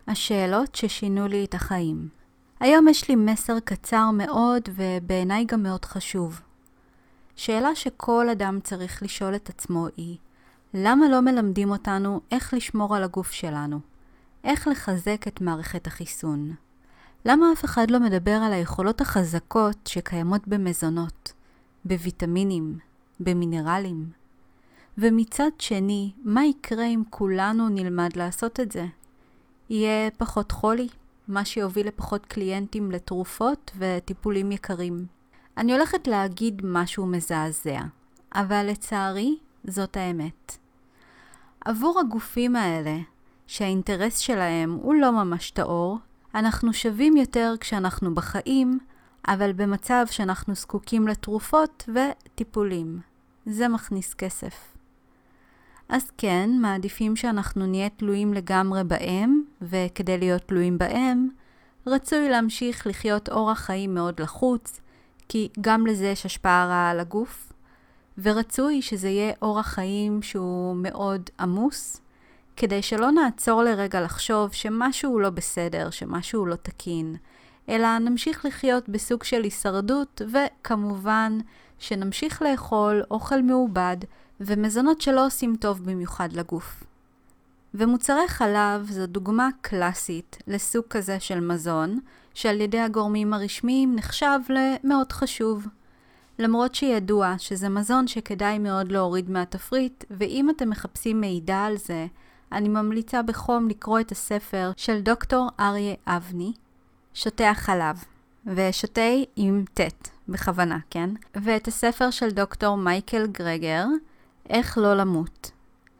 השאלות ששינו לי את החיים. היום יש לי מסר קצר מאוד ובעיניי גם מאוד חשוב. שאלה שכל אדם צריך לשאול את עצמו היא, למה לא מלמדים אותנו איך לשמור על הגוף שלנו? איך לחזק את מערכת החיסון? למה אף אחד לא מדבר על היכולות החזקות שקיימות במזונות, בוויטמינים, במינרלים? ומצד שני, מה יקרה אם כולנו נלמד לעשות את זה? יהיה פחות חולי, מה שיוביל לפחות קליינטים לתרופות וטיפולים יקרים. אני הולכת להגיד משהו מזעזע, אבל לצערי זאת האמת. עבור הגופים האלה, שהאינטרס שלהם הוא לא ממש טהור, אנחנו שווים יותר כשאנחנו בחיים, אבל במצב שאנחנו זקוקים לתרופות וטיפולים. זה מכניס כסף. אז כן, מעדיפים שאנחנו נהיה תלויים לגמרי בהם, וכדי להיות תלויים בהם, רצוי להמשיך לחיות אורח חיים מאוד לחוץ, כי גם לזה יש השפעה רעה על הגוף, ורצוי שזה יהיה אורח חיים שהוא מאוד עמוס, כדי שלא נעצור לרגע לחשוב שמשהו לא בסדר, שמשהו לא תקין, אלא נמשיך לחיות בסוג של הישרדות, וכמובן שנמשיך לאכול אוכל מעובד, ומזונות שלא עושים טוב במיוחד לגוף. ומוצרי חלב זו דוגמה קלאסית לסוג כזה של מזון, שעל ידי הגורמים הרשמיים נחשב למאוד חשוב. למרות שידוע שזה מזון שכדאי מאוד להוריד מהתפריט, ואם אתם מחפשים מידע על זה, אני ממליצה בחום לקרוא את הספר של דוקטור אריה אבני, שותה החלב, ושותה עם טט, בכוונה, כן? ואת הספר של דוקטור מייקל גרגר, איך לא למות.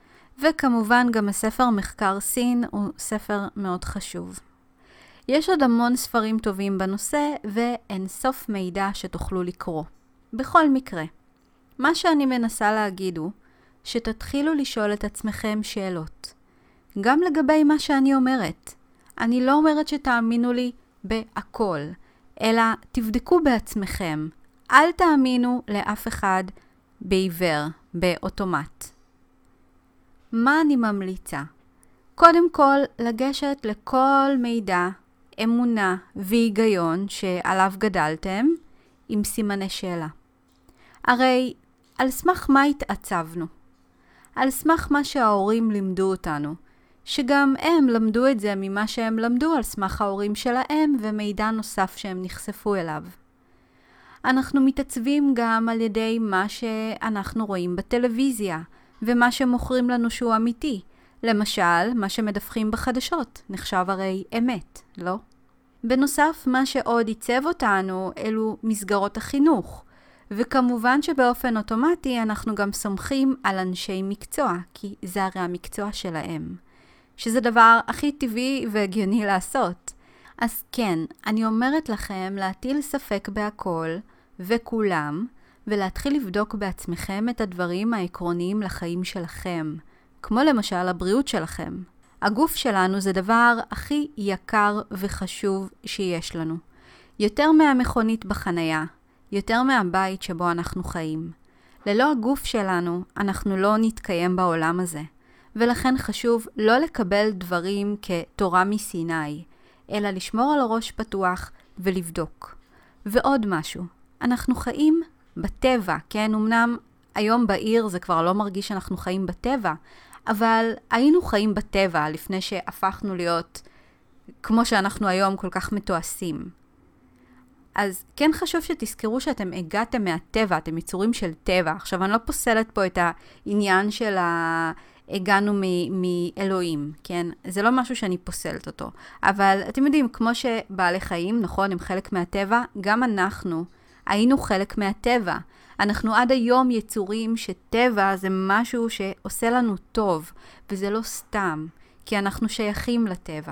וכמובן גם הספר מחקר סין הוא ספר מאוד חשוב. יש עוד המון ספרים טובים בנושא ואין סוף מידע שתוכלו לקרוא. בכל מקרה, מה שאני מנסה להגיד הוא שתתחילו לשאול את עצמכם שאלות. גם לגבי מה שאני אומרת. אני לא אומרת שתאמינו לי בהכל, אלא תבדקו בעצמכם. אל תאמינו לאף אחד בעיוור, באוטומט. מה אני ממליצה? קודם כל, לגשת לכל מידע, אמונה והיגיון שעליו גדלתם עם סימני שאלה. הרי על סמך מה התעצבנו? על סמך מה שההורים לימדו אותנו, שגם הם למדו את זה ממה שהם למדו על סמך ההורים שלהם ומידע נוסף שהם נחשפו אליו. אנחנו מתעצבים גם על ידי מה שאנחנו רואים בטלוויזיה, ומה שמוכרים לנו שהוא אמיתי. למשל, מה שמדווחים בחדשות, נחשב הרי אמת, לא? בנוסף, מה שעוד ייצב אותנו אלו מסגרות החינוך. וכמובן שבאופן אוטומטי אנחנו גם סומכים על אנשי מקצוע, כי זה הרי המקצוע שלהם. שזה דבר הכי טבעי והגיוני לעשות. אז כן, אני אומרת לכם להטיל ספק בהכל וכולם, ולהתחיל לבדוק בעצמכם את הדברים העקרוניים לחיים שלכם, כמו למשל הבריאות שלכם. הגוף שלנו זה דבר הכי יקר וחשוב שיש לנו. יותר מהמכונית בחנייה, יותר מהבית שבו אנחנו חיים. ללא הגוף שלנו אנחנו לא נתקיים בעולם הזה, ולכן חשוב לא לקבל דברים כתורה מסיני, אלא לשמור על הראש פתוח ולבדוק. ועוד משהו, אנחנו חיים בטבע, כן? אמנם היום בעיר זה כבר לא מרגיש שאנחנו חיים בטבע, אבל היינו חיים בטבע לפני שהפכנו להיות כמו שאנחנו היום כל כך מתועשים. אז כן חשוב שתזכרו שאתם הגעתם מהטבע, אתם יצורים של טבע. עכשיו אני לא פוסלת פה את העניין של הגענו מאלוהים, כן? זה לא משהו שאני פוסלת אותו. אבל אתם יודעים, כמו שבעלי חיים, נכון, הם חלק מהטבע, גם אנחנו היינו חלק מהטבע. אנחנו עד היום יצורים שטבע זה משהו שעושה לנו טוב, וזה לא סתם, כי אנחנו שייכים לטבע.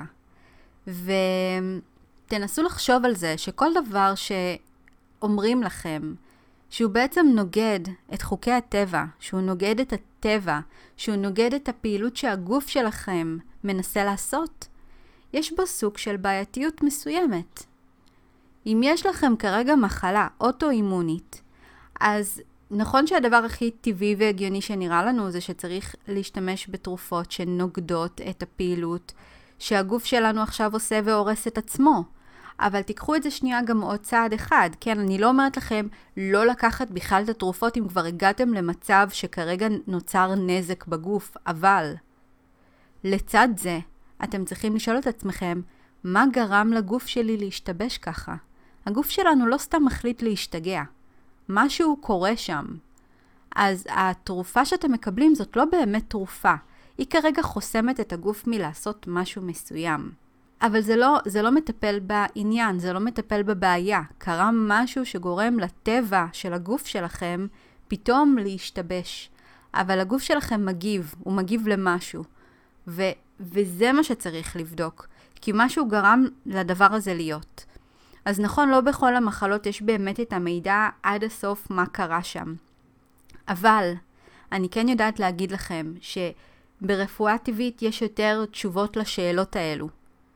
ותנסו לחשוב על זה שכל דבר שאומרים לכם, שהוא בעצם נוגד את חוקי הטבע, שהוא נוגד את הטבע, שהוא נוגד את הפעילות שהגוף שלכם מנסה לעשות, יש בו סוג של בעייתיות מסוימת. אם יש לכם כרגע מחלה אוטואימונית, אז נכון שהדבר הכי טבעי והגיוני שנראה לנו זה שצריך להשתמש בתרופות שנוגדות את הפעילות שהגוף שלנו עכשיו עושה והורס את עצמו. אבל תיקחו את זה שנייה גם עוד צעד אחד. כן, אני לא אומרת לכם לא לקחת בכלל את התרופות אם כבר הגעתם למצב שכרגע נוצר נזק בגוף, אבל לצד זה אתם צריכים לשאול את עצמכם, מה גרם לגוף שלי להשתבש ככה? הגוף שלנו לא סתם מחליט להשתגע. משהו קורה שם. אז התרופה שאתם מקבלים זאת לא באמת תרופה. היא כרגע חוסמת את הגוף מלעשות משהו מסוים. אבל זה לא מטפל בעניין, זה לא מטפל בבעיה. קרה משהו שגורם לטבע של הגוף שלכם פתאום להשתבש. אבל הגוף שלכם מגיב, הוא מגיב למשהו. וזה מה שצריך לבדוק. כי משהו גרם לדבר הזה להיות. אז נכון, לא בכל המחלות יש באמת את המידע עד הסוף מה קרה שם. אבל אני כן יודעת להגיד לכם שברפואה טבעית יש יותר תשובות לשאלות האלו.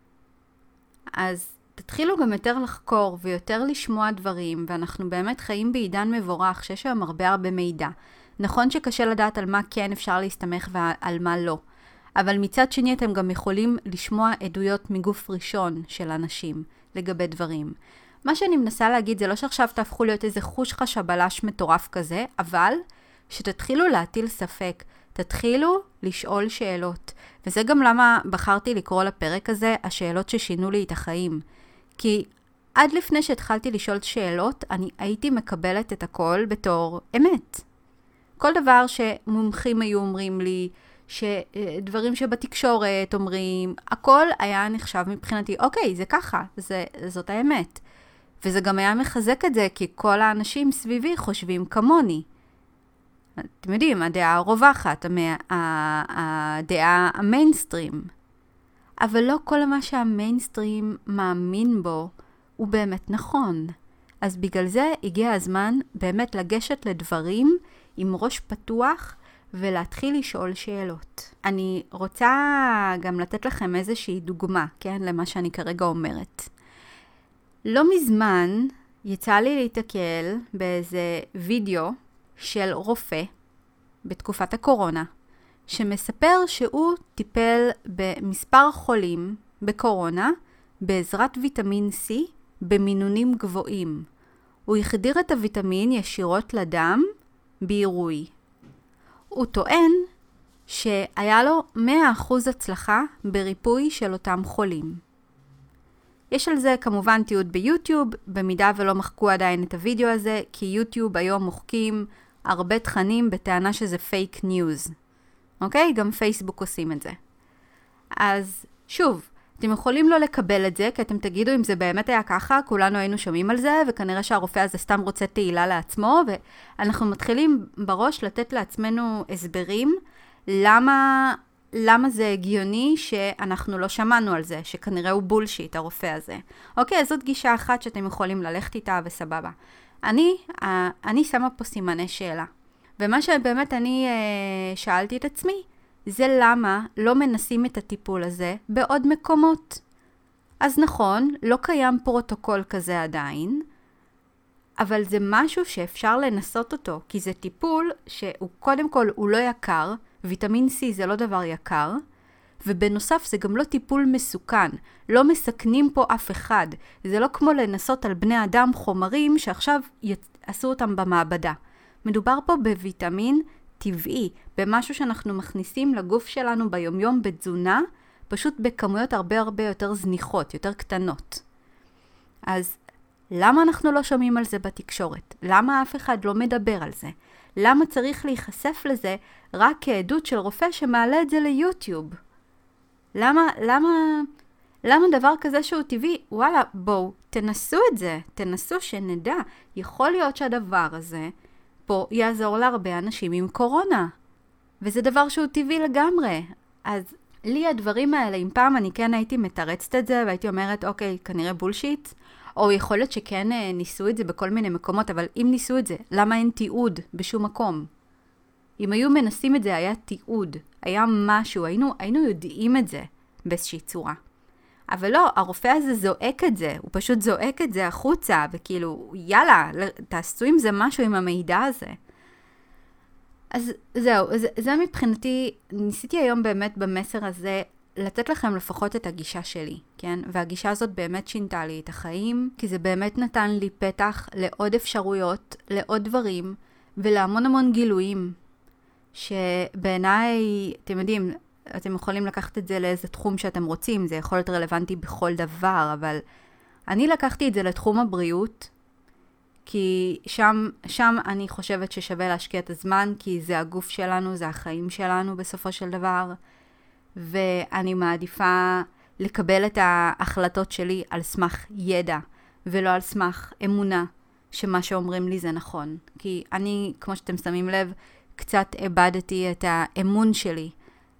אז תתחילו גם יותר לחקור ויותר לשמוע דברים, ואנחנו באמת חיים בעידן מבורך שיש היום הרבה מידע. נכון שקשה לדעת על מה כן אפשר להסתמך ועל מה לא. אבל מצד שני אתם גם יכולים לשמוע עדויות מגוף ראשון של אנשים לגבי דברים. מה שאני מנסה להגיד זה לא שעכשיו תהפכו להיות איזה חושך שבלש מטורף כזה, אבל שתתחילו להטיל ספק, תתחילו לשאול שאלות. וזה גם למה בחרתי לקרוא לפרק הזה, השאלות ששינו לי את החיים. כי עד לפני שהתחלתי לשאול שאלות, אני הייתי מקבלת את הכל בתור אמת. כל דבר שמומחים היו אומרים לי, שדברים שבתקשורת אומרים, הכל היה נחשב מבחינתי, אוקיי, זה ככה, זאת האמת. וזה גם היה מחזק את זה, כי כל האנשים סביבי חושבים כמוני. אתם יודעים, הדעה הרווחת, הדעה המיינסטרים. אבל לא כל מה שהמיינסטרים מאמין בו הוא באמת נכון. אז בגלל זה הגיע הזמן באמת לגשת לדברים עם ראש פתוח ולהתחיל לשאול שאלות. אני רוצה גם לתת לכם איזושהי דוגמה, כן, למה שאני כרגע אומרת. לא מזמן יצא לי להתקל באיזה וידאו של רופא בתקופת הקורונה, שמספר שהוא טיפל במספר חולים בקורונה בעזרת ויטמין C במינונים גבוהים. הוא החדיר את הוויטמין ישירות לדם בעירוי. הוא טוען שהיה לו 100% הצלחה בריפוי של אותם חולים. יש על זה כמובן תיעוד ביוטיוב, במידה ולא מחקו עדיין את הוידאו הזה, כי יוטיוב היום מוחקים הרבה תכנים בטענה שזה פייק ניוז. אוקיי? גם פייסבוק עושים את זה. אז שוב, אתם יכולים לא לקבל את זה, כי אתם תגידו אם זה באמת היה ככה, כולנו היינו שומעים על זה, וכנראה שהרופא הזה סתם רוצה תהילה לעצמו, ואנחנו מתחילים בראש לתת לעצמנו הסברים, למה זה הגיוני שאנחנו לא שמענו על זה, שכנראה הוא בולשיט, הרופא הזה. אוקיי, אז זאת גישה אחת שאתם יכולים ללכת איתה וסבבה. אני שמה פה סימני שאלה. ומה שבאמת אני שאלתי את עצמי, זה למה לא מנסים את הטיפול הזה בעוד מקומות. אז נכון, לא קיים פרוטוקול כזה עדיין, אבל זה משהו שאפשר לנסות אותו, כי זה טיפול שהוא קודם כל הוא לא יקר, ויטמין C זה לא דבר יקר, ובנוסף זה גם לא טיפול מסוכן, לא מסכנים פה אף אחד. זה לא כמו לנסות על בני אדם חומרים שעכשיו עשו אותם במעבדה. מדובר פה בוויטמין טבעי, במשהו שאנחנו מכניסים לגוף שלנו ביומיום בתזונה, פשוט בכמויות הרבה יותר זניחות, יותר קטנות. אז למה אנחנו לא שומעים על זה בתקשורת? למה אף אחד לא מדבר על זה? למה צריך להיחשף לזה רק כעדות של רופא שמעלה את זה ליוטיוב? למה דבר כזה שהוא טבעי? וואלה, בואו, תנסו את זה, תנסו שנדע. יכול להיות שהדבר הזה פה יעזור להרבה אנשים עם קורונה. וזה דבר שהוא טבעי לגמרי. אז לי הדברים האלה, אם פעם אני כן הייתי מתרצת את זה, והייתי אומרת, אוקיי, כנראה בולשיט, או יכול להיות שכן ניסו את זה בכל מיני מקומות, אבל אם ניסו את זה, למה אין תיעוד בשום מקום? אם היו מנסים את זה, היה תיעוד, היה משהו, היינו יודעים את זה באיזושהי צורה. אבל לא, הרופא הזה זועק את זה, הוא פשוט זועק את זה החוצה, וכאילו, יאללה, תעשו עם זה משהו עם המידע הזה. אז זהו, זה מבחינתי, ניסיתי היום באמת במסר הזה לתת לכם לפחות את הגישה שלי, כן? והגישה הזאת באמת שינתה לי את החיים, כי זה באמת נתן לי פתח לעוד אפשרויות, לעוד דברים, ולהמון המון גילויים, שבעיניי, אתם יודעים, אתם יכולים לקחת את זה לאיזה תחום שאתם רוצים, זה יכול להיות רלוונטי בכל דבר, אבל אני לקחתי את זה לתחום הבריאות, כי שם אני חושבת ששווה להשקיע את הזמן, כי זה הגוף שלנו, זה החיים שלנו בסופו של דבר, ואני מעדיפה לקבל את ההחלטות שלי על סמך ידע, ולא על סמך אמונה שמה שאומרים לי זה נכון. כי אני, כמו שאתם שמים לב, קצת איבדתי את האמון שלי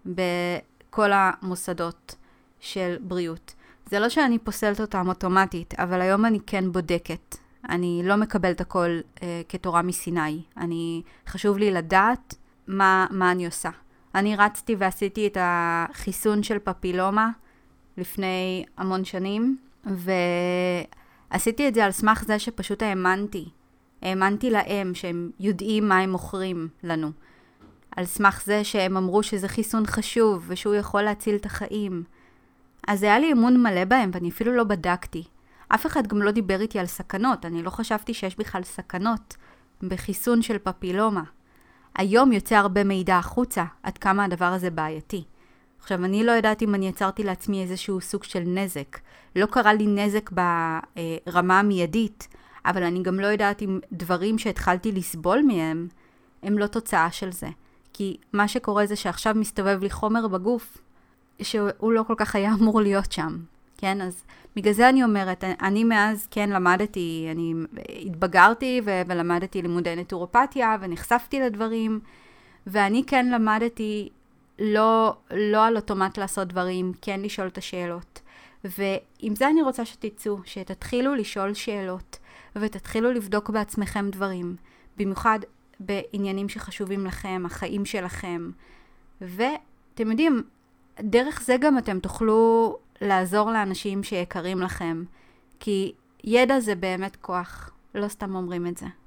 בכל המוסדות של בריאות. זה לא שאני פוסלת אותם אוטומטית, אבל היום אני כן בודקת. אני לא מקבלת הכל כתורה מסיני. חשוב לי לדעת מה אני עושה. אני רצתי ועשיתי את החיסון של פפילומה לפני המון שנים, ועשיתי את זה על סמך זה שפשוט האמנתי להם שהם יודעים מה הם מוכרים לנו. על סמך זה שהם אמרו שזה חיסון חשוב ושהוא יכול להציל את החיים. אז היה לי אמון מלא בהם ואני אפילו לא בדקתי. אף אחד גם לא דיבר איתי על סכנות, אני לא חשבתי שיש בכלל סכנות בחיסון של פפילומה. היום יוצא הרבה מידע החוצה עד כמה הדבר הזה בעייתי. עכשיו, אני לא יודעת אם אני יצרתי לעצמי איזשהו סוג של נזק. לא קרה לי נזק ברמה המיידית, אבל אני גם לא יודעת אם דברים שהתחלתי לסבול מהם, הם לא תוצאה של זה. כי מה שקורה זה שעכשיו מסתובב לי חומר בגוף, שהוא לא כל כך היה אמור להיות שם. כן, אז בגלל זה אני אומרת, אני מאז כן למדתי, אני התבגרתי ולמדתי לימודי נטורופתיה ונחשפתי לדברים, ואני כן למדתי לא על אוטומט לעשות דברים, כן לשאול את השאלות. ועם זה אני רוצה שתצאו, שתתחילו לשאול שאלות, ותתחילו לבדוק בעצמכם דברים, במיוחד בעניינים שחשובים לכם, החיים שלכם. ואתם יודעים, דרך זה גם אתם תוכלו לעזור לאנשים שיקרים לכם, כי ידע זה באמת כוח, לא סתם אומרים את זה.